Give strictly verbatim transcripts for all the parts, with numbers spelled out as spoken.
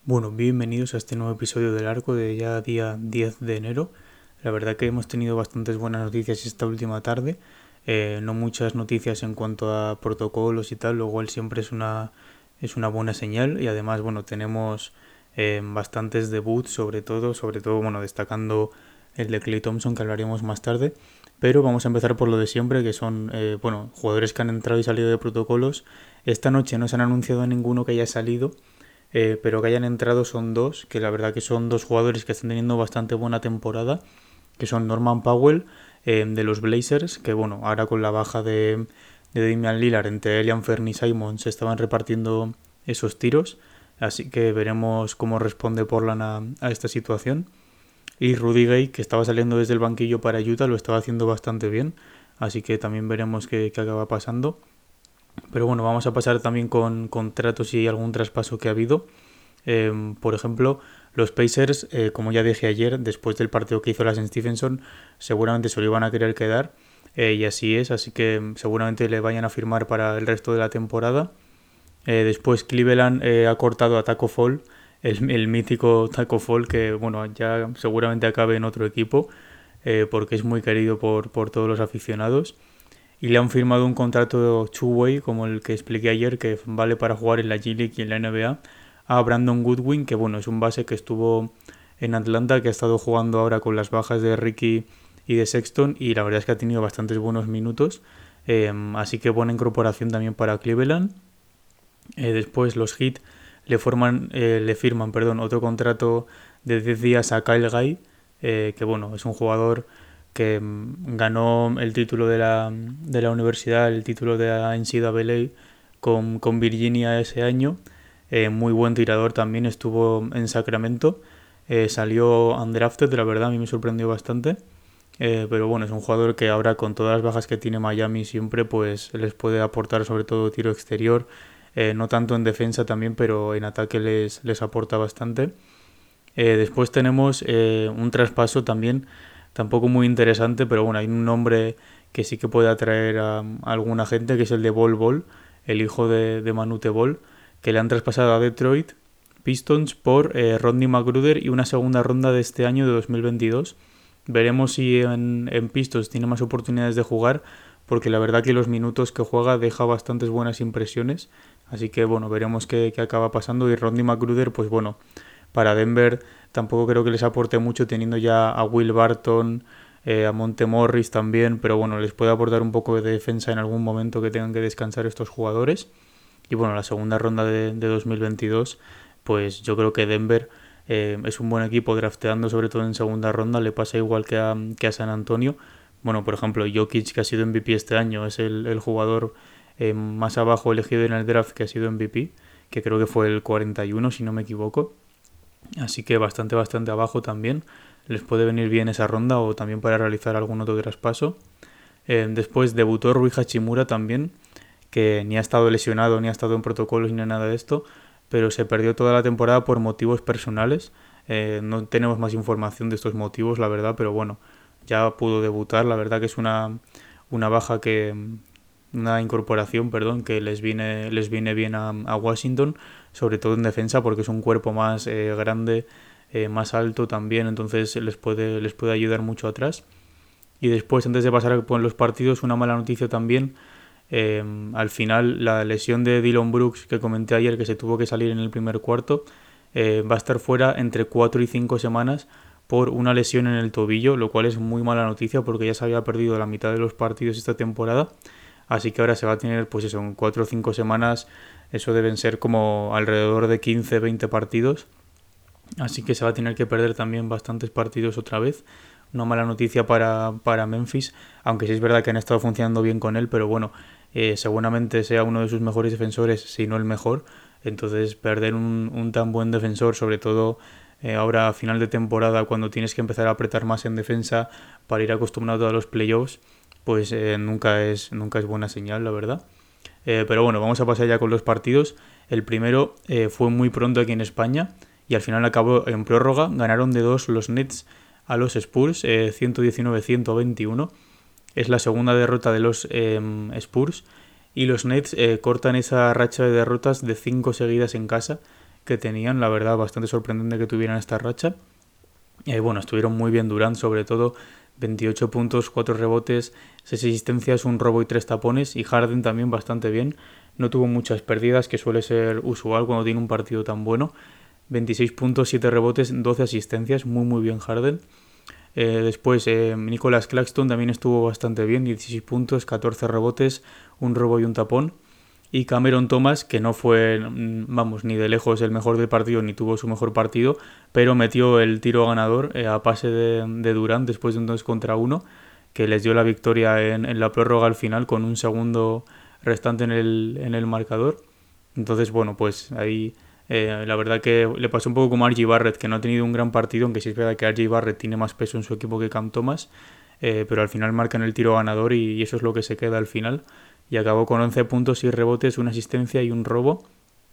Bueno, bienvenidos a este nuevo episodio del Arco de ya día diez de enero. La verdad que hemos tenido bastantes buenas noticias esta última tarde. Eh, no muchas noticias en cuanto a protocolos y tal, lo cual siempre es una, es una buena señal. Y además, bueno, tenemos eh, bastantes debuts, sobre todo, sobre todo, bueno, destacando el de Clay Thompson, que hablaremos más tarde. Pero vamos a empezar por lo de siempre, que son, eh, bueno, jugadores que han entrado y salido de protocolos. Esta noche no se han anunciado ninguno que haya salido, eh, pero que hayan entrado son dos, que la verdad que son dos jugadores que están teniendo bastante buena temporada, que son Norman Powell, eh, de los Blazers, que bueno, ahora con la baja de, de Damian Lillard entre él y Anthony Simons se estaban repartiendo esos tiros, así que veremos cómo responde Portland a, a esta situación. Y Rudy Gay, que estaba saliendo desde el banquillo para Utah, lo estaba haciendo bastante bien, así que también veremos qué, qué acaba pasando. Pero bueno, vamos a pasar también con contratos y algún traspaso que ha habido. Eh, por ejemplo, los Pacers, eh, como ya dije ayer, después del partido que hizo Lance Stephenson, seguramente se lo iban a querer quedar. Eh, y así es, así que seguramente le vayan a firmar para el resto de la temporada. Eh, después Cleveland eh, ha cortado a Taco Fall, el, el mítico Taco Fall, que bueno, ya seguramente acabe en otro equipo, eh, porque es muy querido por, por todos los aficionados. Y le han firmado un contrato two-way, como el que expliqué ayer, que vale para jugar en la G League y en la N B A, a Brandon Goodwin, que bueno, es un base que estuvo en Atlanta, que ha estado jugando ahora con las bajas de Ricky y de Sexton, y la verdad es que ha tenido bastantes buenos minutos. Eh, así que buena incorporación también para Cleveland. Eh, después los Heat le, forman, eh, le firman perdón, otro contrato de diez días a Kyle Guy, eh, que bueno, es un jugador que mm, ganó el título de la, de la universidad, el título de la N C A A con, con Virginia ese año. Eh, muy buen tirador también, estuvo en Sacramento. Eh, salió undrafted, la verdad, a mí me sorprendió bastante. Eh, pero bueno, es un jugador que ahora con todas las bajas que tiene Miami siempre, pues les puede aportar sobre todo tiro exterior. Eh, no tanto en defensa también, pero en ataque les, les aporta bastante. Eh, después tenemos eh, un traspaso también, tampoco muy interesante, pero bueno, hay un nombre que sí que puede atraer a, a alguna gente, que es el de Bol Bol, el hijo de, de Manute Bol, que le han traspasado a Detroit Pistons por eh, Rodney McGruder y una segunda ronda de este año de dos mil veintidós. Veremos si en, en Pistons tiene más oportunidades de jugar, porque la verdad que los minutos que juega deja bastantes buenas impresiones. Así que bueno, veremos qué, qué acaba pasando. Y Rodney McGruder, pues bueno, para Denver tampoco creo que les aporte mucho, teniendo ya a Will Barton, eh, a Montemorris también, pero bueno, les puede aportar un poco de defensa en algún momento que tengan que descansar estos jugadores. Y bueno, la segunda ronda de, de dos mil veintidós, pues yo creo que Denver eh, es un buen equipo drafteando, sobre todo en segunda ronda, le pasa igual que a, que a San Antonio. Bueno, por ejemplo, Jokic, que ha sido M V P este año, es el, el jugador eh, más abajo elegido en el draft que ha sido M V P, que creo que fue el cuarenta y uno, si no me equivoco. Así que bastante, bastante abajo también. Les puede venir bien esa ronda o también para realizar algún otro traspaso. Eh, después debutó Rui Hachimura también, que ni ha estado lesionado, ni ha estado en protocolos, ni nada de esto, pero se perdió toda la temporada por motivos personales. Eh, no tenemos más información de estos motivos, la verdad, pero bueno, ya pudo debutar. La verdad que es una, una baja que, una incorporación, perdón, que les viene, les viene bien a, a Washington, sobre todo en defensa, porque es un cuerpo más eh, grande, eh, más alto también, entonces les puede, les puede ayudar mucho atrás. Y después, antes de pasar por los partidos, una mala noticia también. Eh, al final, la lesión de Dillon Brooks, que comenté ayer, que se tuvo que salir en el primer cuarto, eh, va a estar fuera entre cuatro y cinco semanas por una lesión en el tobillo, lo cual es muy mala noticia porque ya se había perdido la mitad de los partidos esta temporada. Así que ahora se va a tener, pues eso, en cuatro o cinco semanas, eso deben ser como alrededor de quince veinte partidos. Así que se va a tener que perder también bastantes partidos otra vez. Una mala noticia para, para Memphis, aunque sí es verdad que han estado funcionando bien con él, pero bueno, eh, seguramente sea uno de sus mejores defensores, si no el mejor. Entonces perder un, un tan buen defensor, sobre todo eh, ahora a final de temporada, cuando tienes que empezar a apretar más en defensa para ir acostumbrado a los playoffs, pues eh, nunca, es, nunca es buena señal, la verdad. Eh, pero bueno, vamos a pasar ya con los partidos. El primero eh, fue muy pronto aquí en España y al final acabó en prórroga. Ganaron de dos los Nets a los Spurs, eh, ciento diecinueve a ciento veintiuno. Es la segunda derrota de los eh, Spurs y los Nets eh, cortan esa racha de derrotas de cinco seguidas en casa, que tenían, la verdad, bastante sorprendente que tuvieran esta racha. Y bueno, estuvieron muy bien Durant, sobre todo, veintiocho puntos, cuatro rebotes, seis asistencias, un robo y tres tapones, y Harden también bastante bien, no tuvo muchas pérdidas, que suele ser usual cuando tiene un partido tan bueno, veintiséis puntos, siete rebotes, doce asistencias, muy muy bien Harden. Eh, después eh, Nicholas Claxton también estuvo bastante bien, dieciséis puntos, catorce rebotes, un robo y un tapón. Y Cameron Thomas, que no fue, vamos, ni de lejos el mejor del partido, ni tuvo su mejor partido, pero metió el tiro ganador eh, a pase de, de Durant después de un dos contra uno, que les dio la victoria en, en la prórroga al final con un segundo restante en el, en el marcador. Entonces, bueno, pues ahí eh, la verdad que le pasó un poco como a R J Barrett, que no ha tenido un gran partido, aunque sí es verdad que R J Barrett tiene más peso en su equipo que Cam Thomas, eh, pero al final marcan el tiro ganador y, y eso es lo que se queda al final. Y acabó con once puntos, seis rebotes, una asistencia y un robo.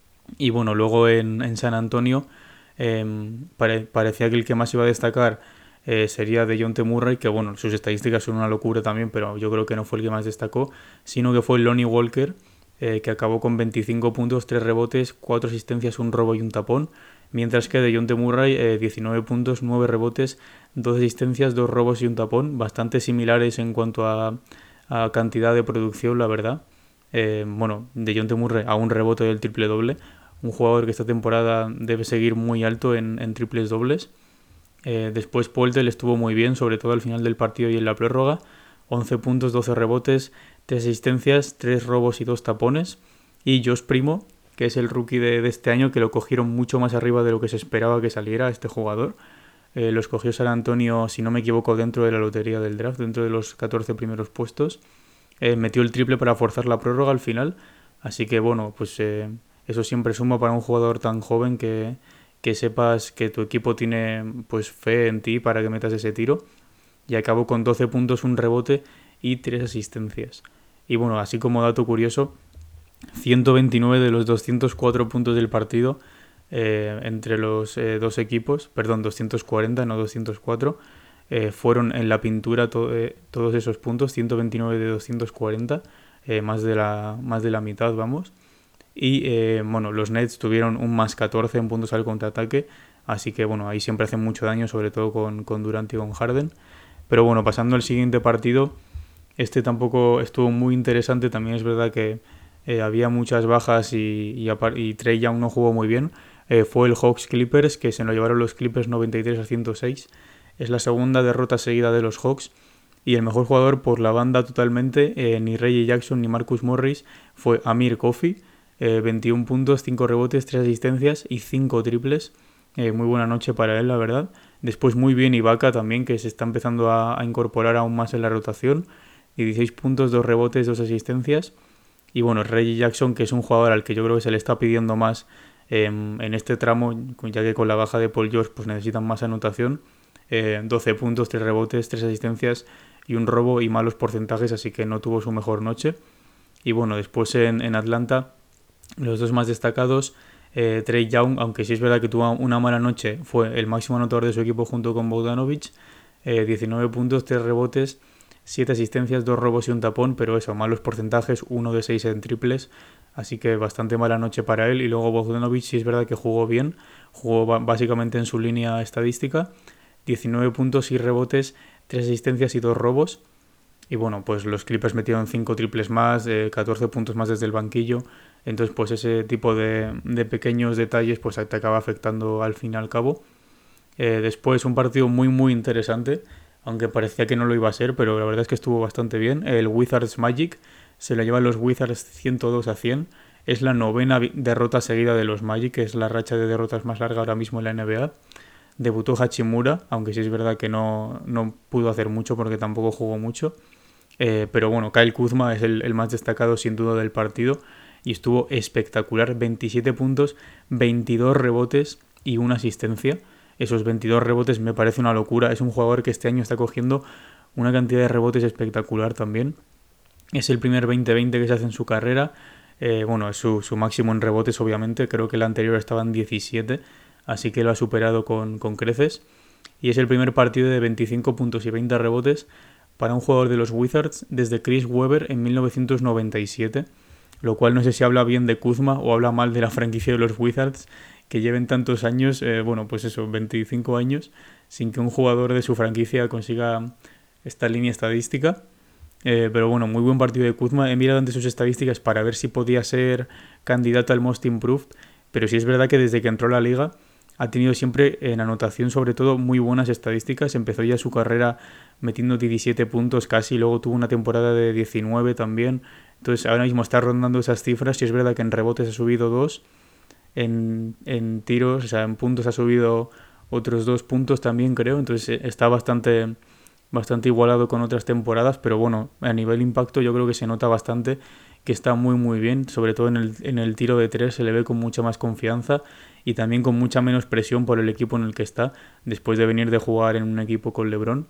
Y bueno, luego en, en San Antonio eh, pare, parecía que el que más iba a destacar eh, sería DeJounte Murray, que bueno, sus estadísticas son una locura también, pero yo creo que no fue el que más destacó, sino que fue Lonnie Walker, eh, que acabó con veinticinco puntos, tres rebotes, cuatro asistencias, un robo y un tapón. Mientras que DeJounte Murray, eh, diecinueve puntos, nueve rebotes, dos asistencias, dos robos y un tapón, bastante similares en cuanto a a cantidad de producción, la verdad. Eh, bueno, DeJounte Murray a un rebote del triple doble, un jugador que esta temporada debe seguir muy alto en, en triples dobles. Eh, después Poeltl estuvo muy bien, sobre todo al final del partido y en la prórroga, once puntos, doce rebotes, tres asistencias, tres robos y dos tapones. Y Josh Primo, que es el rookie de, de este año, que lo cogieron mucho más arriba de lo que se esperaba que saliera este jugador. Eh, lo escogió San Antonio, si no me equivoco, dentro de la lotería del draft, dentro de los catorce primeros puestos. Eh, metió el triple para forzar la prórroga al final. Así que bueno, pues eh, eso siempre suma para un jugador tan joven que, que sepas que tu equipo tiene pues fe en ti para que metas ese tiro. Y acabó con doce puntos, un rebote y tres asistencias. Y bueno, así como dato curioso, ciento veintinueve de los doscientos cuatro puntos del partido Eh, entre los eh, dos equipos, perdón, doscientos cuarenta, no doscientos cuatro, eh, fueron en la pintura to- eh, todos esos puntos, ciento veintinueve de doscientos cuarenta, eh, más, de la, más de la mitad, vamos. Y eh, bueno, los Nets tuvieron un más catorce en puntos al contraataque, así que bueno, ahí siempre hacen mucho daño, sobre todo con, con Durant y con Harden. Pero bueno, pasando al siguiente partido, este tampoco estuvo muy interesante, también es verdad que eh, había muchas bajas y, y, y Trae Young no jugó muy bien. Eh, fue el Hawks Clippers, que se lo llevaron los Clippers noventa y tres a ciento seis. Es la segunda derrota seguida de los Hawks. Y el mejor jugador por la banda totalmente, eh, ni Reggie Jackson ni Marcus Morris, fue Amir Coffey. Eh, veintiún puntos, cinco rebotes, tres asistencias y cinco triples. Eh, muy buena noche para él, la verdad. Después muy bien Ibaka también, que se está empezando a, a incorporar aún más en la rotación. dieciséis puntos, dos rebotes, dos asistencias. Y bueno, Reggie Jackson, que es un jugador al que yo creo que se le está pidiendo más eh, en este tramo, ya que con la baja de Paul George pues necesitan más anotación. Eh, doce puntos, tres rebotes, tres asistencias y un robo y malos porcentajes, así que no tuvo su mejor noche. Y bueno, después en, en Atlanta, los dos más destacados, eh, Trae Young, aunque sí es verdad que tuvo una mala noche, fue el máximo anotador de su equipo junto con Bogdanovic, eh, diecinueve puntos, tres rebotes, siete asistencias, dos robos y un tapón, pero eso, malos porcentajes, uno de seis en triples, así que bastante mala noche para él. Y luego Bogdanovic sí es verdad que jugó bien, jugó básicamente en su línea estadística, diecinueve puntos, seis rebotes, tres asistencias y dos robos. Y bueno, pues los Clippers metieron cinco triples más, eh, catorce puntos más desde el banquillo. Entonces pues ese tipo de, de pequeños detalles pues te acaba afectando al fin y al cabo. Eh, después un partido muy muy interesante, aunque parecía que no lo iba a ser, pero la verdad es que estuvo bastante bien. El Wizards Magic se lo llevan los Wizards ciento dos a cien. Es la novena derrota seguida de los Magic, que es la racha de derrotas más larga ahora mismo en la N B A. Debutó Hachimura, aunque sí es verdad que no, no pudo hacer mucho porque tampoco jugó mucho. Eh, pero bueno, Kyle Kuzma es el, el más destacado sin duda del partido y estuvo espectacular. veintisiete puntos, veintidós rebotes y una asistencia. Esos veintidós rebotes me parece una locura. Es un jugador que este año está cogiendo una cantidad de rebotes espectacular también. Es el primer veinte veinte que se hace en su carrera. Eh, bueno, es su, su máximo en rebotes, obviamente. Creo que el anterior estaba en diecisiete, así que lo ha superado con, con creces. Y es el primer partido de veinticinco puntos y veinte rebotes para un jugador de los Wizards desde Chris Webber en mil novecientos noventa y siete. Lo cual no sé si habla bien de Kuzma o habla mal de la franquicia de los Wizards, que lleven tantos años, eh, bueno, pues eso, veinticinco años, sin que un jugador de su franquicia consiga esta línea estadística. Eh, pero bueno, muy buen partido de Kuzma. He mirado antes sus estadísticas para ver si podía ser candidato al Most Improved, pero sí es verdad que desde que entró a la liga ha tenido siempre en anotación sobre todo muy buenas estadísticas. Empezó ya su carrera metiendo diecisiete puntos casi, luego tuvo una temporada de diecinueve también. Entonces ahora mismo está rondando esas cifras y es verdad que en rebotes ha subido dos, en, en tiros, o sea, en puntos ha subido otros dos puntos también creo. Entonces está bastante, bastante igualado con otras temporadas, pero bueno, a nivel impacto yo creo que se nota bastante que está muy muy bien, sobre todo en el, en el tiro de tres se le ve con mucha más confianza y también con mucha menos presión por el equipo en el que está, después de venir de jugar en un equipo con LeBron.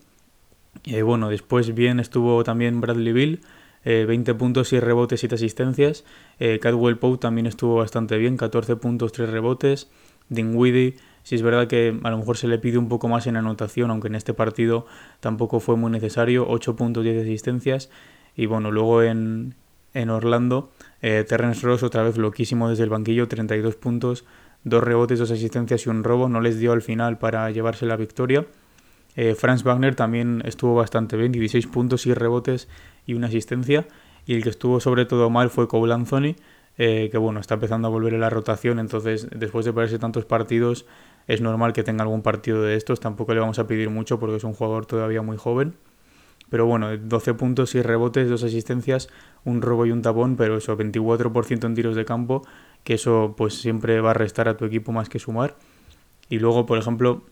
Eh, bueno, después bien estuvo también Bradley Beal, eh, veinte puntos, seis rebotes, siete asistencias. Eh, Caldwell Pope también estuvo bastante bien, catorce puntos, tres rebotes. Dinwiddie, sí es verdad que a lo mejor se le pide un poco más en anotación, aunque en este partido tampoco fue muy necesario, ocho puntos, diez asistencias. Y bueno, luego en, en Orlando, eh, Terrence Ross otra vez loquísimo desde el banquillo, treinta y dos puntos, dos rebotes, dos asistencias y un robo. No les dio al final para llevarse la victoria. Eh, Franz Wagner también estuvo bastante bien, dieciséis puntos, seis rebotes y una asistencia. Y el que estuvo sobre todo mal fue Cole Anthony, eh, que bueno, está empezando a volver en la rotación, entonces después de perderse tantos partidos es normal que tenga algún partido de estos. Tampoco le vamos a pedir mucho porque es un jugador todavía muy joven. Pero bueno, doce puntos, seis rebotes, dos asistencias, un robo y un tapón, pero eso, veinticuatro por ciento en tiros de campo, que eso pues siempre va a restar a tu equipo más que sumar. Y luego, por ejemplo,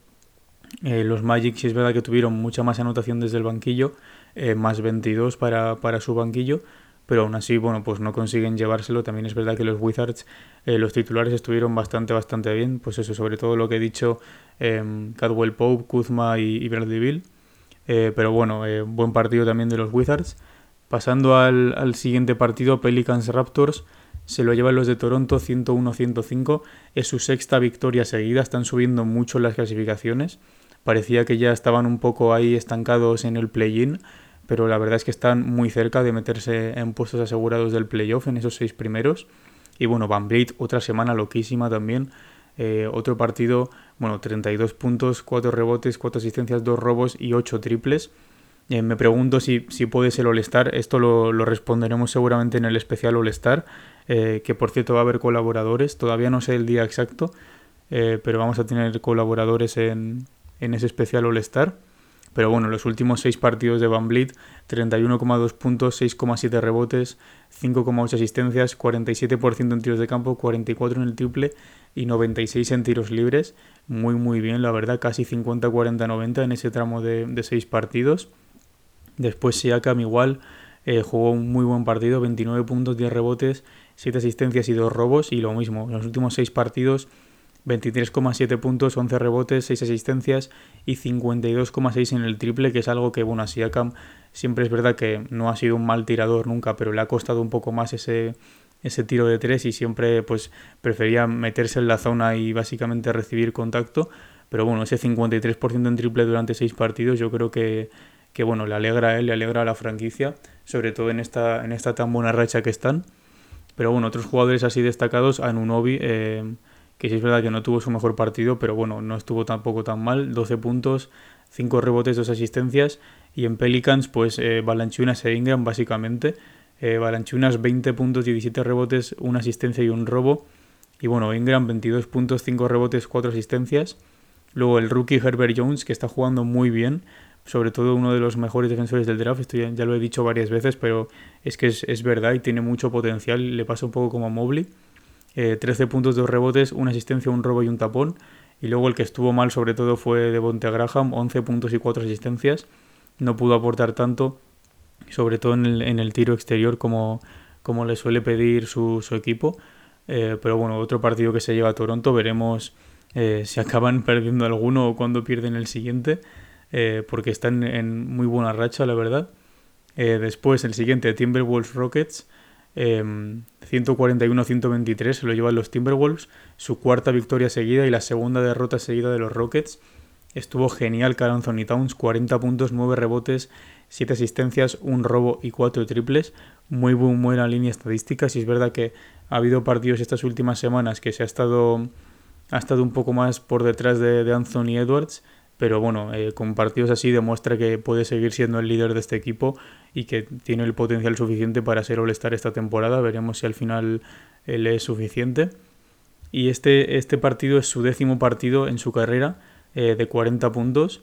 eh, los Magic sí es verdad que tuvieron mucha más anotación desde el banquillo, eh, más veintidós para, para su banquillo, pero aún así, bueno, pues no consiguen llevárselo. También es verdad que los Wizards, eh, los titulares estuvieron bastante, bastante bien, pues eso, sobre todo lo que he dicho, eh, Caldwell Pope, Kuzma y, y Bradley Beal. Eh, pero bueno, eh, buen partido también de los Wizards. Pasando al, al siguiente partido, Pelicans Raptors, se lo llevan los de Toronto ciento uno a ciento cinco. Es su sexta victoria seguida, están subiendo mucho las clasificaciones. Parecía que ya estaban un poco ahí estancados en el play-in, pero la verdad es que están muy cerca de meterse en puestos asegurados del playoff en esos seis primeros. Y bueno, VanVleet, otra semana loquísima también. Eh, otro partido, bueno, treinta y dos puntos, cuatro rebotes, cuatro asistencias, dos robos y ocho triples. Eh, me pregunto si, si puede ser All-Star. Esto lo, lo responderemos seguramente en el especial All-Star, eh, que por cierto va a haber colaboradores. Todavía no sé el día exacto, eh, pero vamos a tener colaboradores en, en ese especial All-Star. Pero bueno, los últimos seis partidos de VanVleet, treinta y uno coma dos puntos, seis coma siete rebotes, cinco coma ocho asistencias, cuarenta y siete por ciento en tiros de campo, cuarenta y cuatro en el triple y noventa y seis en tiros libres. Muy muy bien, la verdad, casi cincuenta cuarenta noventa en ese tramo de, de seis partidos. Después Siakam igual, eh, jugó un muy buen partido, veintinueve puntos, diez rebotes, siete asistencias y dos robos. Y lo mismo, en los últimos seis partidos, veintitrés coma siete puntos, once rebotes, seis asistencias y cincuenta y dos coma seis en el triple, que es algo que, bueno, a Siakam siempre es verdad que no ha sido un mal tirador nunca, pero le ha costado un poco más ese, ese tiro de tres y siempre pues prefería meterse en la zona y básicamente recibir contacto. Pero bueno, ese cincuenta y tres por ciento en triple durante seis partidos yo creo que, que bueno, le alegra a él, le alegra a la franquicia, sobre todo en esta, en esta tan buena racha que están. Pero bueno, otros jugadores así destacados, Anunoby, eh, que sí es verdad que no tuvo su mejor partido, pero bueno, no estuvo tampoco tan mal, doce puntos, cinco rebotes, dos asistencias. Y en Pelicans, pues eh, Valanciunas e Ingram básicamente. Eh, Valanciunas veinte puntos, diecisiete rebotes, una asistencia y un robo. Y bueno, Ingram veintidós puntos, cinco rebotes, cuatro asistencias. Luego el rookie Herbert Jones, que está jugando muy bien, sobre todo uno de los mejores defensores del draft. Esto ya, ya lo he dicho varias veces, pero es que es, es verdad y tiene mucho potencial. Le pasa un poco como a Mobley. Eh, trece puntos, dos rebotes, una asistencia, un robo y un tapón. Y luego el que estuvo mal sobre todo fue Devonte Graham, once puntos y cuatro asistencias. No pudo aportar tanto, sobre todo en el, en el tiro exterior como, como le suele pedir su, su equipo. Eh, pero bueno, otro partido que se lleva a Toronto, veremos eh, si acaban perdiendo alguno o cuando pierden el siguiente, eh, porque están en muy buena racha, la verdad. Eh, después el siguiente, Timberwolves Rockets, eh, ciento cuarenta y uno a ciento veintitrés se lo llevan los Timberwolves, su cuarta victoria seguida y la segunda derrota seguida de los Rockets. Estuvo genial Karl Anthony Towns, cuarenta puntos, nueve rebotes, siete asistencias, un robo y cuatro triples. Muy, muy buena línea estadística. Si es verdad que ha habido partidos estas últimas semanas que se ha estado ha estado un poco más por detrás de, de Anthony Edwards, pero bueno, eh, con partidos así demuestra que puede seguir siendo el líder de este equipo y que tiene el potencial suficiente para ser All-Star esta temporada. Veremos si al final él es suficiente. Y este, este partido es su décimo partido en su carrera eh, de cuarenta puntos,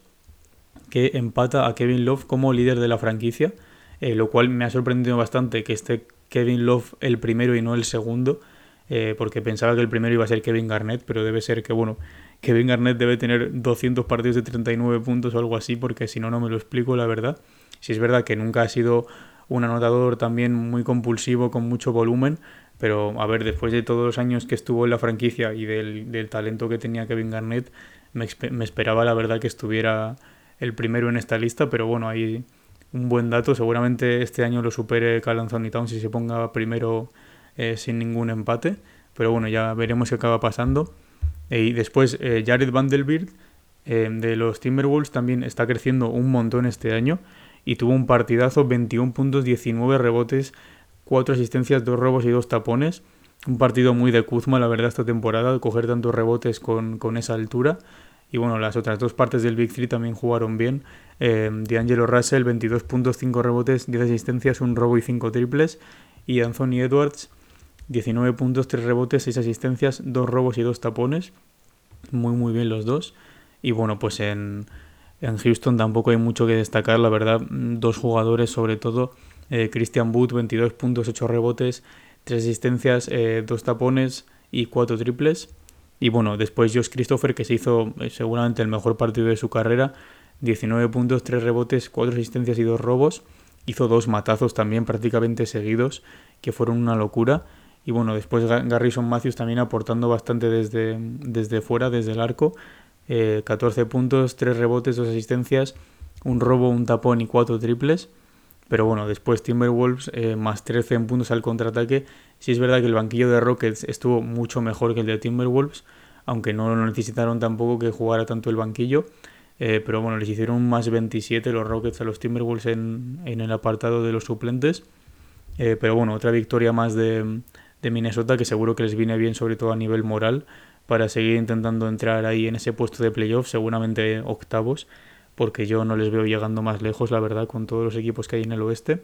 que empata a Kevin Love como líder de la franquicia, eh, lo cual me ha sorprendido bastante que esté Kevin Love el primero y no el segundo, eh, porque pensaba que el primero iba a ser Kevin Garnett, pero debe ser que, bueno, Kevin Garnett debe tener doscientos partidos de treinta y nueve puntos o algo así, porque si no, no me lo explico, la verdad. Si es verdad que nunca ha sido un anotador también muy compulsivo, con mucho volumen, pero a ver, después de todos los años que estuvo en la franquicia y del, del talento que tenía Kevin Garnett, me, me esperaba la verdad que estuviera el primero en esta lista, pero bueno, hay un buen dato. Seguramente este año lo supere Karl Anthony Towns si se ponga primero eh, sin ningún empate, pero bueno, ya veremos qué acaba pasando. E, y después eh, Jared Vanderbilt eh, de los Timberwolves también está creciendo un montón este año y tuvo un partidazo, veintiún puntos, diecinueve rebotes, cuatro asistencias, dos robos y dos tapones. Un partido muy de Kuzma, la verdad, esta temporada, coger tantos rebotes con, con esa altura. Y bueno, las otras dos partes del Big Three también jugaron bien. Eh, D'Angelo Russell, veintidós puntos, cinco rebotes, diez asistencias, un robo y cinco triples. Y Anthony Edwards, diecinueve puntos, tres rebotes, seis asistencias, dos robos y dos tapones. Muy, muy bien los dos. Y bueno, pues en, en Houston tampoco hay mucho que destacar, la verdad. Dos jugadores, sobre todo. Eh, Christian Wood, veintidós puntos, ocho rebotes, tres asistencias, eh, dos tapones y cuatro triples. Y bueno, después Josh Christopher, que se hizo eh, seguramente el mejor partido de su carrera, diecinueve puntos, tres rebotes, cuatro asistencias y dos robos. Hizo dos matazos también prácticamente seguidos, que fueron una locura. Y bueno, después Garrison Matthews también aportando bastante desde, desde fuera, desde el arco. Eh, catorce puntos, tres rebotes, dos asistencias, un robo, un tapón y cuatro triples. Pero bueno, después Timberwolves eh, más trece en puntos al contraataque. Sí es verdad que el banquillo de Rockets estuvo mucho mejor que el de Timberwolves, aunque no lo necesitaron tampoco que jugara tanto el banquillo. Eh, pero bueno, les hicieron un más veintisiete los Rockets a los Timberwolves en, en el apartado de los suplentes. Eh, pero bueno, otra victoria más de, de Minnesota que seguro que les viene bien, sobre todo a nivel moral, para seguir intentando entrar ahí en ese puesto de playoff, seguramente octavos, porque yo no les veo llegando más lejos, la verdad, con todos los equipos que hay en el oeste.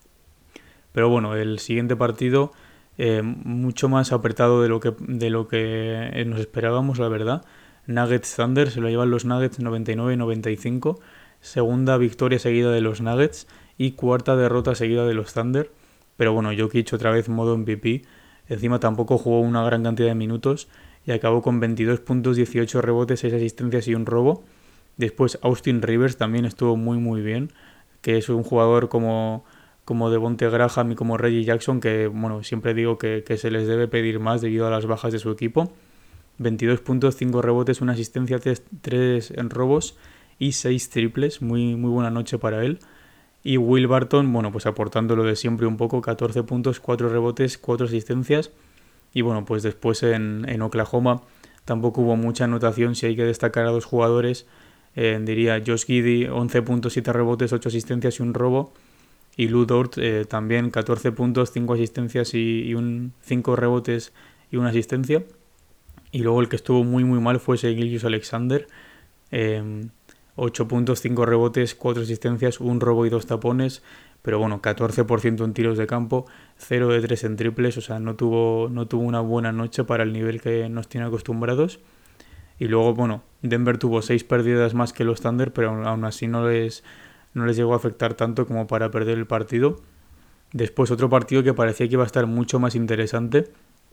Pero bueno, el siguiente partido eh, mucho más apretado de lo que de lo que nos esperábamos, la verdad. Nuggets Thunder, se lo llevan los Nuggets noventa y nueve noventa y cinco. Segunda victoria seguida de los Nuggets y cuarta derrota seguida de los Thunder. Pero bueno, Jokic otra vez modo M V P. Encima tampoco jugó una gran cantidad de minutos y acabó con veintidós puntos, dieciocho rebotes, seis asistencias y un robo. Después Austin Rivers también estuvo muy muy bien, que es un jugador como, como Devonte Graham y como Reggie Jackson, que bueno, siempre digo que, que se les debe pedir más debido a las bajas de su equipo. veintidós puntos, cinco rebotes, una asistencia, tres en robos y seis triples, muy, muy buena noche para él. Y Will Barton, bueno, pues aportando lo de siempre un poco, catorce puntos, cuatro rebotes, cuatro asistencias. Y bueno, pues después en, en Oklahoma tampoco hubo mucha anotación, si hay que destacar a dos jugadores. Eh, diría Josh Giddey, once puntos, siete rebotes, ocho asistencias y un robo. Y Lou Dort eh, también catorce puntos, cinco asistencias y, y un cinco rebotes y una asistencia. Y luego el que estuvo muy muy mal fue ese Gilgeous Alexander. Eh, ocho puntos, cinco rebotes, cuatro asistencias, un robo y dos tapones. Pero bueno, catorce por ciento en tiros de campo, cero de tres en triples. O sea, no tuvo, no tuvo una buena noche para el nivel que nos tiene acostumbrados. Y luego, bueno, Denver tuvo seis pérdidas más que los Thunder, pero aún así no les, no les llegó a afectar tanto como para perder el partido. Después otro partido que parecía que iba a estar mucho más interesante,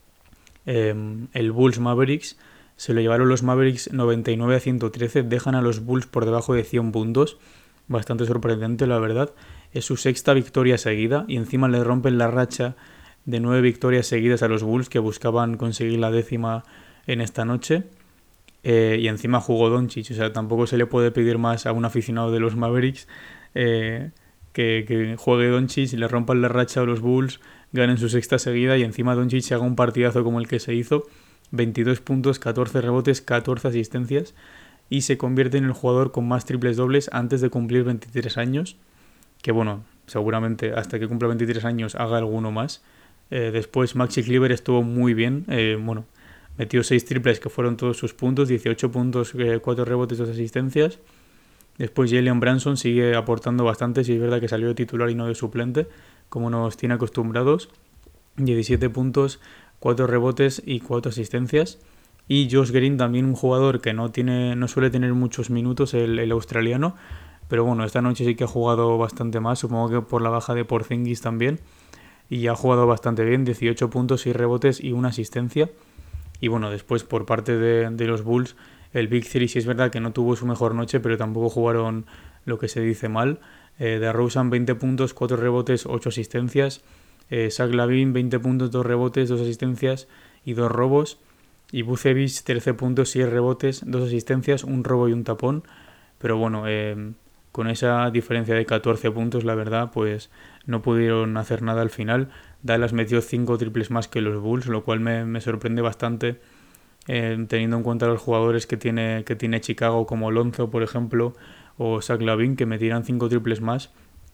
eh, el Bulls Mavericks. Se lo llevaron los Mavericks noventa y nueve a ciento trece, dejan a los Bulls por debajo de cien puntos. Bastante sorprendente, la verdad. Es su sexta victoria seguida y encima le rompen la racha de nueve victorias seguidas a los Bulls, que buscaban conseguir la décima en esta noche. Eh, y encima jugó Doncic, o sea, tampoco se le puede pedir más a un aficionado de los Mavericks eh, que, que juegue Doncic y le rompan la racha a los Bulls, ganen su sexta seguida y encima Doncic se haga un partidazo como el que se hizo, veintidós puntos, catorce rebotes, catorce asistencias y se convierte en el jugador con más triples dobles antes de cumplir veintitrés años, que bueno, seguramente hasta que cumpla veintitrés años haga alguno más. Eh, después Maxi Kleber estuvo muy bien, eh, bueno, Metió seis triples que fueron todos sus puntos, dieciocho puntos, cuatro rebotes, dos asistencias. Después Jalen Brunson sigue aportando bastante, si es verdad que salió de titular y no de suplente, como nos tiene acostumbrados. diecisiete puntos, cuatro rebotes y cuatro asistencias. Y Josh Green, también un jugador que no tiene no suele tener muchos minutos, el, el australiano, pero bueno, esta noche sí que ha jugado bastante más, supongo que por la baja de Porzingis también, y ha jugado bastante bien, dieciocho puntos, seis rebotes y una asistencia. Y bueno, después por parte de, de los Bulls, el Big Three sí es verdad que no tuvo su mejor noche, pero tampoco jugaron lo que se dice mal. Eh, DeRozan veinte puntos, cuatro rebotes, ocho asistencias. Eh, Zach LaVine veinte puntos, dos rebotes, dos asistencias y dos robos. Y Vucevic trece puntos, seis rebotes, dos asistencias, un robo y un tapón. Pero bueno, eh, con esa diferencia de catorce puntos, la verdad, pues no pudieron hacer nada al final. Dallas metió cinco triples más que los Bulls, lo cual me, me sorprende bastante, eh, teniendo en cuenta los jugadores que tiene, que tiene Chicago, como Lonzo, por ejemplo, o Zach LaVine, que metieran cinco triples más.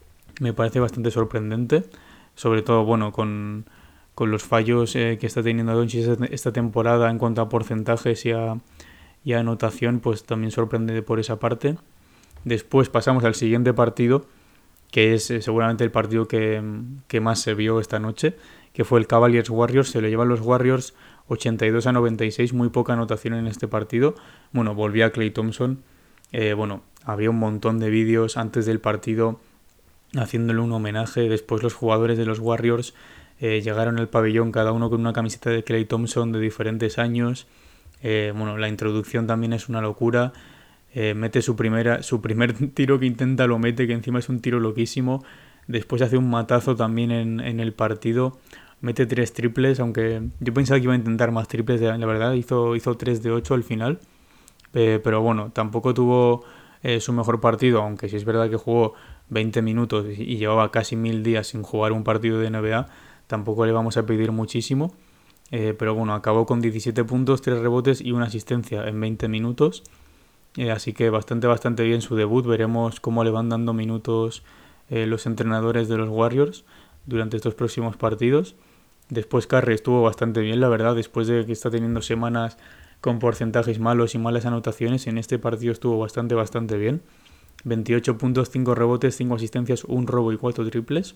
Me parece bastante sorprendente, sobre todo, bueno, con, con los fallos eh, que está teniendo Doncic esta temporada en cuanto a porcentajes y a, y a anotación, pues también sorprende por esa parte. Después pasamos al siguiente partido, que es eh, seguramente el partido que, que más se vio esta noche, que fue el Cavaliers Warriors. Se lo llevan los Warriors ochenta y dos a noventa y seis, muy poca anotación en este partido. Bueno, volvía Klay Thompson. Eh, bueno, había un montón de vídeos antes del partido haciéndole un homenaje. Después los jugadores de los Warriors eh, llegaron al pabellón, cada uno con una camiseta de Klay Thompson de diferentes años. Eh, bueno, la introducción también es una locura. Eh, mete su primera su primer tiro que intenta, lo mete, que encima es un tiro loquísimo. Después hace un matazo también en, en el partido. Mete tres triples, aunque yo pensaba que iba a intentar más triples, la verdad. Hizo, hizo tres de ocho al final. Eh, pero bueno, tampoco tuvo eh, su mejor partido, aunque sí es verdad que jugó veinte minutos y, y llevaba casi mil días sin jugar un partido de N B A. Tampoco le vamos a pedir muchísimo. Eh, pero bueno, acabó con diecisiete puntos, tres rebotes y una asistencia en veinte minutos. Eh, así que bastante, bastante bien su debut. Veremos cómo le van dando minutos eh, los entrenadores de los Warriors durante estos próximos partidos. Después Curry estuvo bastante bien, la verdad, después de que está teniendo semanas con porcentajes malos y malas anotaciones. En este partido estuvo bastante, bastante bien. veintiocho puntos, cinco rebotes, cinco asistencias, un robo y cuatro triples.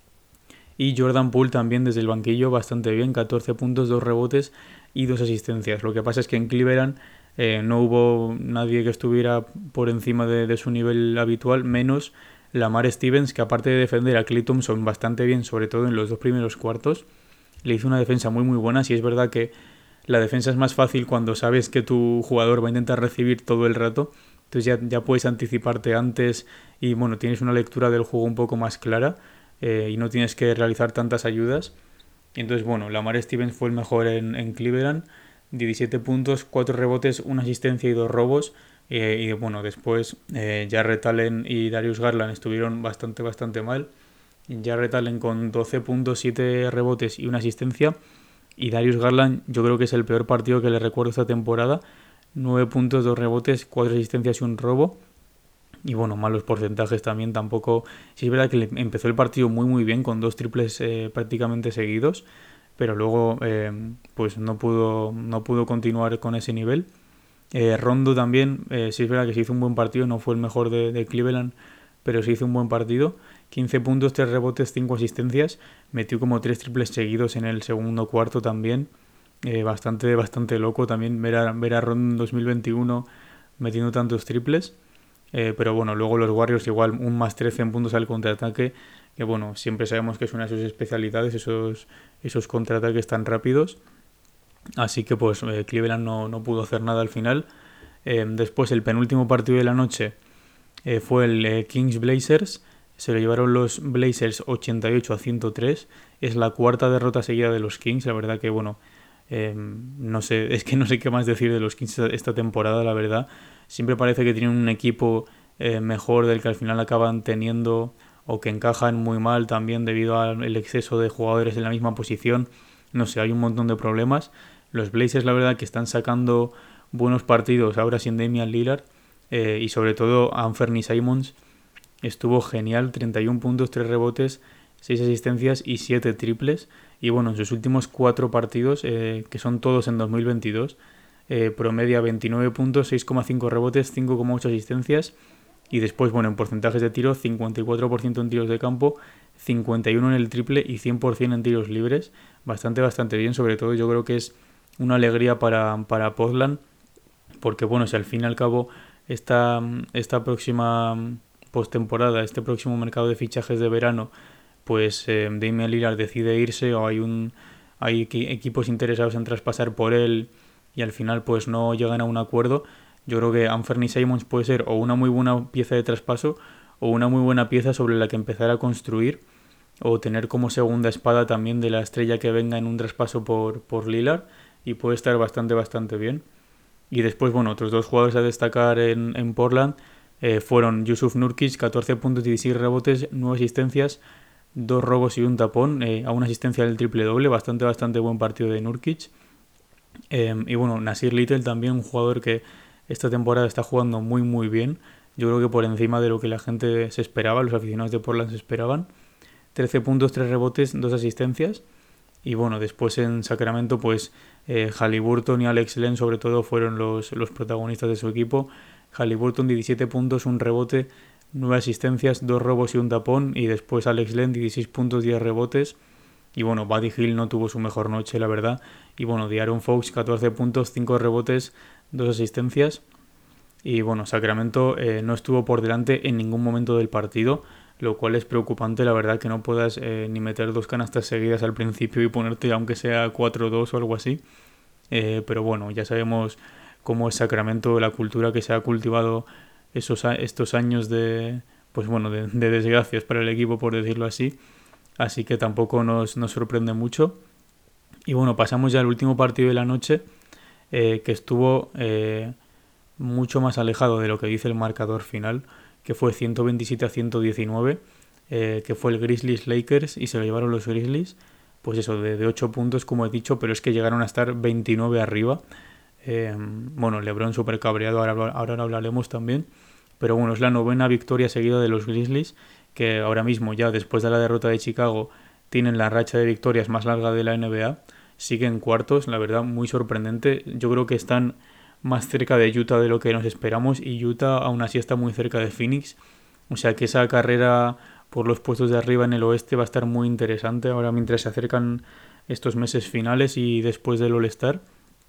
Y Jordan Poole también desde el banquillo bastante bien, catorce puntos, dos rebotes y dos asistencias. Lo que pasa es que en Cleveland eh, no hubo nadie que estuviera por encima de, de su nivel habitual, menos Lamar Stevens, que aparte de defender a Klay Thompson bastante bien, sobre todo en los dos primeros cuartos, le hizo una defensa muy muy buena. Si es verdad que la defensa es más fácil cuando sabes que tu jugador va a intentar recibir todo el rato, entonces ya, ya puedes anticiparte antes y bueno, tienes una lectura del juego un poco más clara. Eh, y no tienes que realizar tantas ayudas. Y entonces, bueno, Lamar Stevens fue el mejor en, en Cleveland. diecisiete puntos, cuatro rebotes, una asistencia y dos robos. Eh, y bueno, después eh, Jarrett Allen y Darius Garland estuvieron bastante, bastante mal. Jarrett Allen con doce puntos, siete rebotes y una asistencia. Y Darius Garland, yo creo que es el peor partido que le recuerdo esta temporada. nueve puntos, dos rebotes, cuatro asistencias y un robo. Y bueno, malos porcentajes también tampoco. Sí es verdad que empezó el partido muy muy bien con dos triples eh, prácticamente seguidos, pero luego eh, pues no pudo, no pudo continuar con ese nivel. Eh, Rondo también, eh, sí es verdad que se hizo un buen partido, no fue el mejor de, de Cleveland, pero se hizo un buen partido. quince puntos, tres rebotes, cinco asistencias. Metió como tres triples seguidos en el segundo cuarto también. Eh, bastante, bastante loco también ver a, ver a Rondo en dos mil veintiuno metiendo tantos triples. Eh, pero bueno, luego los Warriors igual un más trece en puntos al contraataque, que bueno, siempre sabemos que es una de sus especialidades, esos, esos contraataques tan rápidos. Así que pues eh, Cleveland no, no pudo hacer nada al final. Eh, después el penúltimo partido de la noche eh, fue el eh, Kings Blazers. Se lo llevaron los Blazers ochenta y ocho a ciento tres. Es la cuarta derrota seguida de los Kings. La verdad que bueno, eh, no sé, es que no sé qué más decir de los Kings esta temporada, la verdad. Siempre parece que tienen un equipo eh, mejor del que al final acaban teniendo, o que encajan muy mal también debido al exceso de jugadores en la misma posición. No sé, hay un montón de problemas. Los Blazers la verdad que están sacando buenos partidos ahora sin Damian Lillard, eh, y sobre todo Anthony Simons estuvo genial, treinta y uno puntos, tres rebotes, seis asistencias y siete triples. Y bueno, en sus últimos cuatro partidos, eh, que son todos en dos mil veintidós, eh, promedia veintinueve puntos, seis coma cinco rebotes, cinco coma ocho asistencias. Y después, bueno, en porcentajes de tiro, cincuenta y cuatro por ciento en tiros de campo, cincuenta y uno por ciento en el triple y cien por ciento en tiros libres. Bastante, bastante bien. Sobre todo yo creo que es una alegría para, para Portland, porque bueno, si al fin y al cabo esta, esta próxima postemporada, este próximo mercado de fichajes de verano, pues eh, Damian Lillard decide irse o hay un hay equipos interesados en traspasar por él y al final pues no llegan a un acuerdo, yo creo que Anthony Simons puede ser o una muy buena pieza de traspaso o una muy buena pieza sobre la que empezar a construir o tener como segunda espada también de la estrella que venga en un traspaso por, por Lillard, y puede estar bastante bastante bien. Y después, bueno, otros dos jugadores a destacar en, en Portland eh, fueron Yusuf Nurkic, catorce puntos, dieciséis rebotes, nueve asistencias, dos robos y un tapón, eh, a una asistencia del triple doble, bastante bastante buen partido de Nurkic. Eh, y bueno, Nasir Little también, un jugador que esta temporada está jugando muy muy bien, yo creo que por encima de lo que la gente se esperaba, los aficionados de Portland se esperaban. trece puntos, tres rebotes, dos asistencias. Y bueno, después en Sacramento, pues eh, Haliburton y Alex Len sobre todo fueron los, los protagonistas de su equipo. Haliburton diecisiete puntos, un rebote, nueve asistencias, dos robos y un tapón. Y después Alex Len dieciséis puntos, diez rebotes. Y bueno, Buddy Hield no tuvo su mejor noche, la verdad. Y bueno, De'Aaron Fox, catorce puntos, cinco rebotes, dos asistencias. Y bueno, Sacramento eh, no estuvo por delante en ningún momento del partido, lo cual es preocupante, la verdad, que no puedas eh, ni meter dos canastas seguidas al principio y ponerte aunque sea cuatro dos o algo así. Eh, pero bueno, ya sabemos cómo es Sacramento, la cultura que se ha cultivado esos, estos años de, pues bueno, de, de desgracias para el equipo, por decirlo así. Así que tampoco nos, nos sorprende mucho. Y bueno, pasamos ya al último partido de la noche, eh, que estuvo eh, mucho más alejado de lo que dice el marcador final, que fue ciento veintisiete a ciento diecinueve, eh, que fue el Grizzlies Lakers, y se lo llevaron los Grizzlies, pues eso, de, de ocho puntos, como he dicho, pero es que llegaron a estar veintinueve arriba. Eh, bueno, LeBron súper cabreado, ahora, ahora hablaremos también. Pero bueno, es la novena victoria seguida de los Grizzlies, que ahora mismo ya después de la derrota de Chicago tienen la racha de victorias más larga de la N B A. Siguen cuartos, la verdad, muy sorprendente. Yo creo que están más cerca de Utah de lo que nos esperamos, y Utah aún así está muy cerca de Phoenix. O sea que esa carrera por los puestos de arriba en el oeste va a estar muy interesante ahora mientras se acercan estos meses finales y después del All-Star.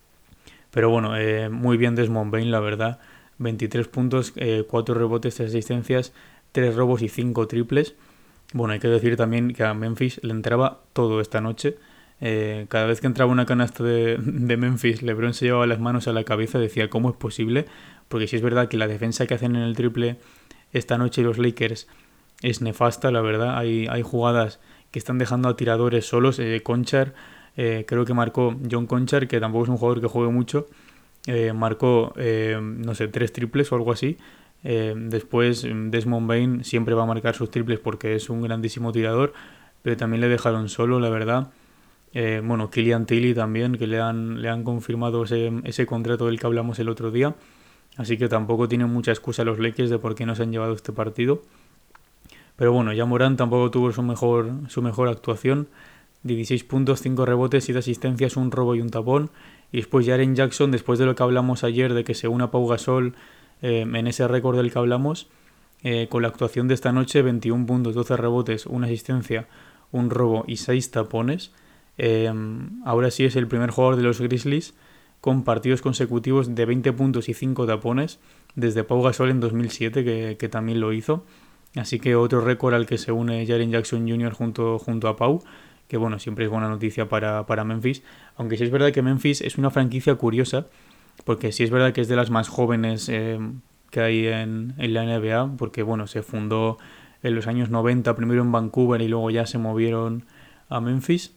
Pero bueno, eh, muy bien Desmond Bane, la verdad. veintitrés puntos, eh, cuatro rebotes, tres asistencias, tres robos y cinco triples. Bueno, hay que decir también que a Memphis le entraba todo esta noche. Eh, cada vez que entraba una canasta de, de Memphis, LeBron se llevaba las manos a la cabeza, decía ¿cómo es posible? Porque sí es verdad que la defensa que hacen en el triple esta noche los Lakers es nefasta, la verdad. Hay, hay jugadas que están dejando a tiradores solos. eh, Conchar, eh, creo que marcó John Conchar, que tampoco es un jugador que juegue mucho, eh, marcó eh, no sé, tres triples o algo así. Eh, después Desmond Bane siempre va a marcar sus triples porque es un grandísimo tirador, pero también le dejaron solo, la verdad. Eh, bueno, Killian Tilly también, que le han, le han confirmado ese, ese contrato del que hablamos el otro día. Así que tampoco tienen mucha excusa los Lakers de por qué no se han llevado este partido. Pero bueno, ya Morant tampoco tuvo su mejor, su mejor actuación. dieciséis puntos, cinco rebotes, siete asistencias, un robo y un tapón. Y después Jaren Jackson, después de lo que hablamos ayer, de que se una Pau Gasol eh, en ese récord del que hablamos, eh, con la actuación de esta noche, veintiún puntos, doce rebotes, una asistencia, un robo y seis tapones. Eh, ahora sí es el primer jugador de los Grizzlies con partidos consecutivos de veinte puntos y cinco tapones desde Pau Gasol en dos mil siete, que, que también lo hizo. Así que otro récord al que se une Jaren Jackson junior junto, junto a Pau, que bueno, siempre es buena noticia para, para Memphis. Aunque sí es verdad que Memphis es una franquicia curiosa, porque sí es verdad que es de las más jóvenes eh, que hay en, en la N B A, porque bueno, se fundó en los años noventa, primero en Vancouver y luego ya se movieron a Memphis.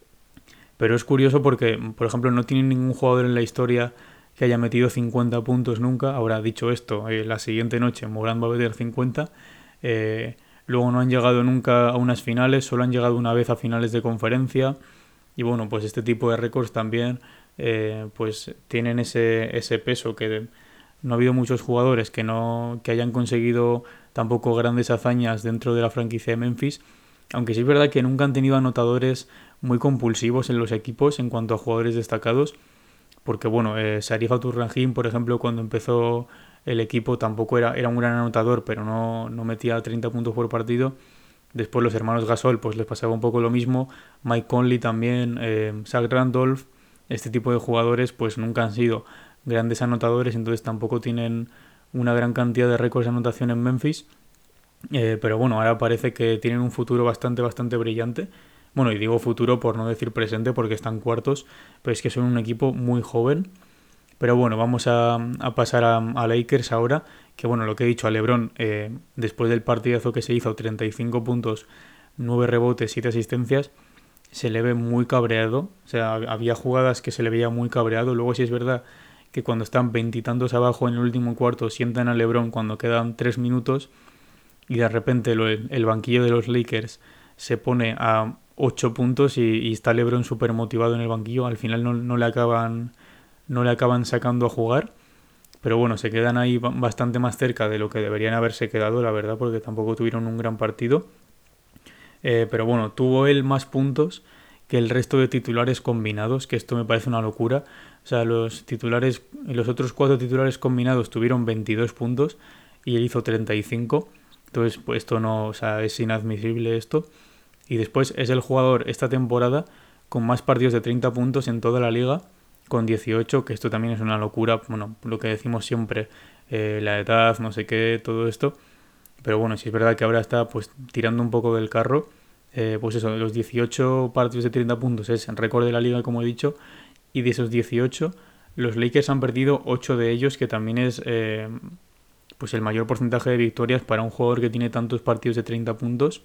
Pero es curioso porque, por ejemplo, no tienen ningún jugador en la historia que haya metido cincuenta puntos nunca. Ahora, dicho esto, eh, la siguiente noche Morant va a meter cincuenta. Eh, luego no han llegado nunca a unas finales, solo han llegado una vez a finales de conferencia. Y bueno, pues este tipo de récords también eh, pues tienen ese, ese peso, que no ha habido muchos jugadores que, no, que hayan conseguido tampoco grandes hazañas dentro de la franquicia de Memphis. aunque sí es verdad que nunca han tenido anotadores muy compulsivos en los equipos en cuanto a jugadores destacados, porque bueno, eh, Sarif Abdurrahim, por ejemplo, cuando empezó el equipo tampoco era, era un gran anotador, pero no, no metía treinta puntos por partido. Después los hermanos Gasol pues les pasaba un poco lo mismo, Mike Conley también, eh, Zach Randolph, este tipo de jugadores pues nunca han sido grandes anotadores, entonces tampoco tienen una gran cantidad de récords de anotación en Memphis, eh, pero bueno, ahora parece que tienen un futuro bastante, bastante brillante. Bueno, y digo futuro por no decir presente porque están cuartos, pero es que son un equipo muy joven. Pero bueno, vamos a, a pasar a, a Lakers ahora, que bueno, lo que he dicho a LeBron, eh, después del partidazo que se hizo, treinta y cinco puntos, nueve rebotes, siete asistencias, se le ve muy cabreado. O sea, había jugadas que se le veía muy cabreado. Luego sí es verdad que cuando están veintitantos abajo en el último cuarto, sientan a LeBron cuando quedan tres minutos y de repente lo, el banquillo de los Lakers se pone a ocho puntos y, y está LeBron súper motivado en el banquillo. Al final no, no le acaban no le acaban sacando a jugar, pero bueno, se quedan ahí bastante más cerca de lo que deberían haberse quedado, la verdad, porque tampoco tuvieron un gran partido. Eh, pero bueno, tuvo él más puntos que el resto de titulares combinados, que esto me parece una locura. O sea, los titulares, los otros cuatro titulares combinados tuvieron veintidós puntos y él hizo treinta y cinco. Entonces, pues esto no, o sea, es inadmisible esto. Y después es el jugador esta temporada con más partidos de treinta puntos en toda la liga, con dieciocho, que esto también es una locura, bueno, lo que decimos siempre, eh, la edad, no sé qué, todo esto. Pero bueno, sí es verdad que ahora está pues tirando un poco del carro. Eh, pues eso, los dieciocho partidos de treinta puntos es el récord de la liga, como he dicho, y de esos dieciocho, los Lakers han perdido ocho de ellos, que también es eh, pues el mayor porcentaje de victorias para un jugador que tiene tantos partidos de treinta puntos.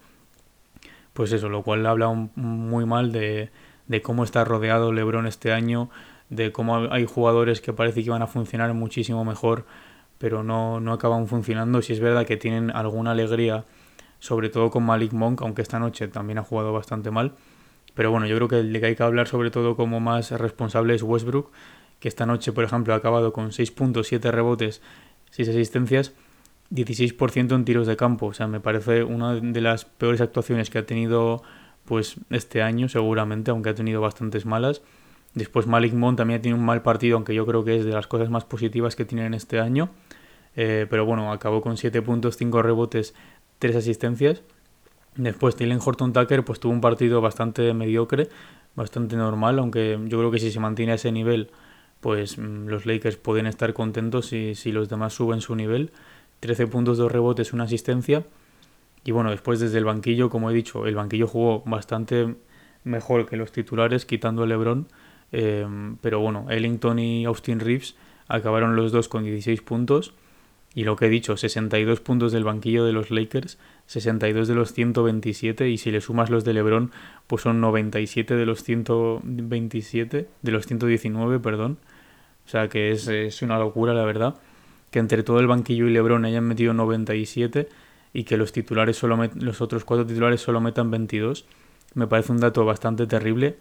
Pues eso, lo cual habla un, muy mal de, de cómo está rodeado LeBron este año, de cómo hay jugadores que parece que van a funcionar muchísimo mejor, pero no, no acaban funcionando. Si es verdad que tienen alguna alegría, sobre todo con Malik Monk, aunque esta noche también ha jugado bastante mal. Pero bueno, yo creo que el de que hay que hablar sobre todo como más responsable es Westbrook, que esta noche, por ejemplo, ha acabado con seis puntos, siete rebotes, seis asistencias, dieciséis por ciento en tiros de campo. O sea, me parece una de las peores actuaciones que ha tenido pues este año, seguramente, aunque ha tenido bastantes malas. Después Malik Monk también tiene un mal partido, aunque yo creo que es de las cosas más positivas que tienen este año. Eh, pero bueno, acabó con siete puntos, cinco rebotes, tres asistencias. Después Talen Horton Tucker pues tuvo un partido bastante mediocre, bastante normal, aunque yo creo que si se mantiene a ese nivel, pues los Lakers pueden estar contentos si, si los demás suben su nivel. trece puntos, dos rebotes, una asistencia. Y bueno, después desde el banquillo, como he dicho, el banquillo jugó bastante mejor que los titulares, quitando a LeBron. Eh, pero bueno, Ellington y Austin Reeves acabaron los dos con dieciséis puntos. Y lo que he dicho, sesenta y dos puntos del banquillo de los Lakers, sesenta y dos de los ciento veintisiete, y si le sumas los de LeBron, pues son noventa y siete de los ciento veintisiete, de los ciento diecinueve, perdón. O sea que es, es una locura, la verdad, que entre todo el banquillo y LeBron hayan metido noventa y siete y que los titulares solo met- los otros cuatro titulares solo metan veintidós. Me parece un dato bastante terrible.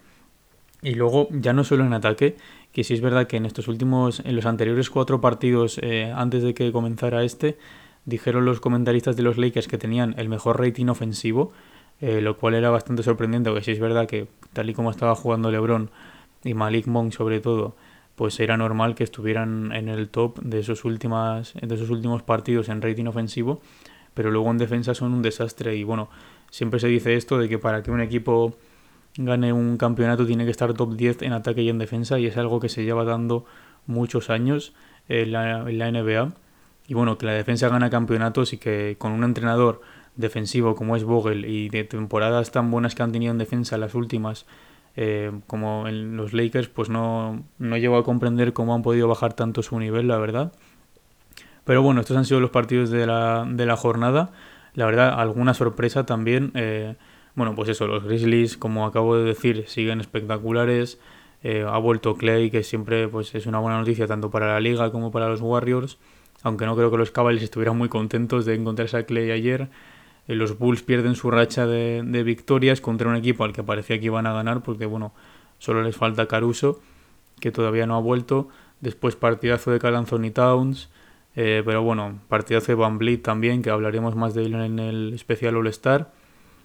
Y luego, ya no solo en ataque, que sí es verdad que en estos últimos, en los anteriores cuatro partidos, eh, antes de que comenzara este, dijeron los comentaristas de los Lakers que tenían el mejor rating ofensivo, eh, lo cual era bastante sorprendente, porque sí es verdad que tal y como estaba jugando LeBron y Malik Monk sobre todo, pues era normal que estuvieran en el top de esos, últimas, de esos últimos partidos en rating ofensivo, pero luego en defensa son un desastre. Y bueno, siempre se dice esto de que para que un equipo gane un campeonato tiene que estar top diez en ataque y en defensa, y es algo que se lleva dando muchos años en la, en la N B A. Y bueno, que la defensa gana campeonatos y que con un entrenador defensivo como es Vogel y de temporadas tan buenas que han tenido en defensa las últimas, eh, como en los Lakers, pues no, no llego a comprender cómo han podido bajar tanto su nivel, la verdad. Pero bueno, estos han sido los partidos de la, de la jornada. La verdad, alguna sorpresa también. Eh, bueno, pues eso, los Grizzlies, como acabo de decir, siguen espectaculares. Eh, ha vuelto Clay, que siempre pues es una buena noticia tanto para la liga como para los Warriors. Aunque no creo que los Cavaliers estuvieran muy contentos de encontrarse a Clay ayer. Eh, los Bulls pierden su racha de, de victorias contra un equipo al que parecía que iban a ganar, porque bueno, solo les falta Caruso, que todavía no ha vuelto. Después partidazo de Karl Anthony Towns. Eh, pero bueno, partidazo de Van Vliet también, que hablaremos más de él en el especial All-Star.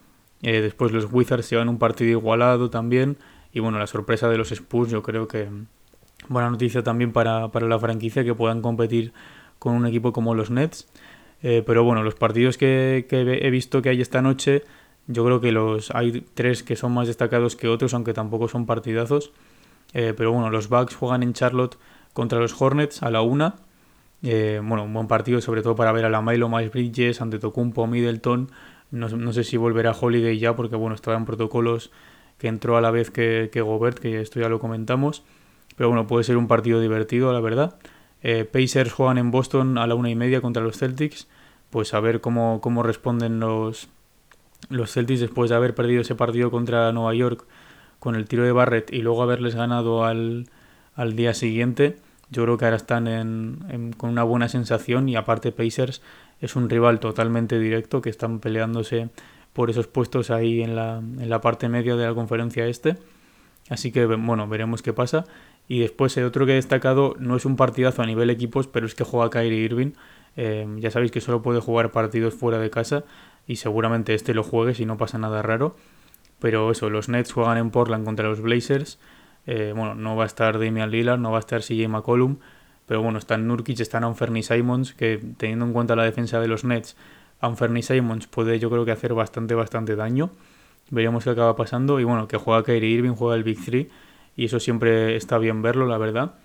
Eh, después los Wizards llevan un partido igualado también. Y bueno, la sorpresa de los Spurs, yo creo que buena noticia también para, para la franquicia, que puedan competir con un equipo como los Nets. Eh, pero bueno, los partidos que, que he visto que hay esta noche, yo creo que los hay tres que son más destacados que otros, aunque tampoco son partidazos. Eh, pero bueno, los Bucks juegan en Charlotte contra los Hornets a la una. Eh, bueno, un buen partido, sobre todo para ver a la Milo, Miles Bridges, Antetokounmpo, Middleton. No, no sé si volverá Holiday ya, porque bueno, estaba en protocolos, que entró a la vez que, que Gobert, que esto ya lo comentamos. Pero bueno, puede ser un partido divertido, la verdad. Eh, Pacers juegan en Boston a la una y media contra los Celtics. Pues a ver cómo, cómo responden los, los Celtics después de haber perdido ese partido contra Nueva York con el tiro de Barrett y luego haberles ganado al, al día siguiente. Yo creo que ahora están en, en, con una buena sensación, y aparte Pacers es un rival totalmente directo, que están peleándose por esos puestos ahí en la, en la parte media de la conferencia este. Así que bueno, veremos qué pasa. Y después el otro que he destacado no es un partidazo a nivel equipos, pero es que juega Kyrie Irving. Eh, ya sabéis que solo puede jugar partidos fuera de casa, y seguramente este lo juegue si no pasa nada raro. Pero eso, los Nets juegan en Portland contra los Blazers. Eh, bueno, no va a estar Damian Lillard, no va a estar C J McCollum, pero bueno, están Nurkic, están Anthony Simons, que teniendo en cuenta la defensa de los Nets, Anthony Simons puede, yo creo que hacer bastante, bastante daño. Veremos qué acaba pasando. Y bueno, que juega Kyrie Irving, juega el Big Three, y eso siempre está bien verlo, la verdad.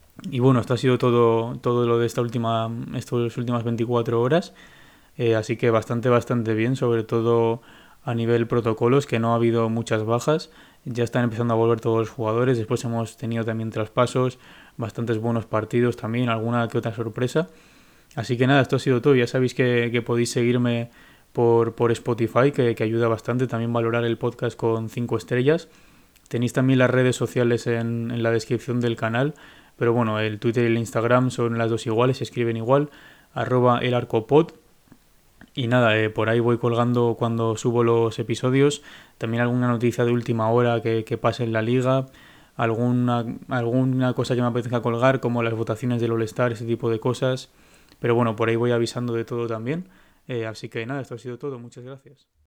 Y bueno, esto ha sido todo, todo lo de esta última, estas últimas veinticuatro horas. Eh, así que bastante, bastante bien, sobre todo a nivel protocolos, que no ha habido muchas bajas. Ya están empezando a volver todos los jugadores. Después hemos tenido también traspasos, bastantes buenos partidos también, alguna que otra sorpresa. Así que nada, esto ha sido todo. Ya sabéis que, que podéis seguirme por, por Spotify, que, que ayuda bastante. También valorar el podcast con cinco estrellas. Tenéis también las redes sociales en, en la descripción del canal. Pero bueno, el Twitter y el Instagram son las dos iguales, se escriben igual. Arroba elarcopod. Y nada, eh, por ahí voy colgando cuando subo los episodios. También alguna noticia de última hora que, que pase en la liga. Alguna, alguna cosa que me apetezca colgar, como las votaciones del All-Star, ese tipo de cosas. Pero bueno, por ahí voy avisando de todo también. Eh, así que nada, esto ha sido todo. Muchas gracias.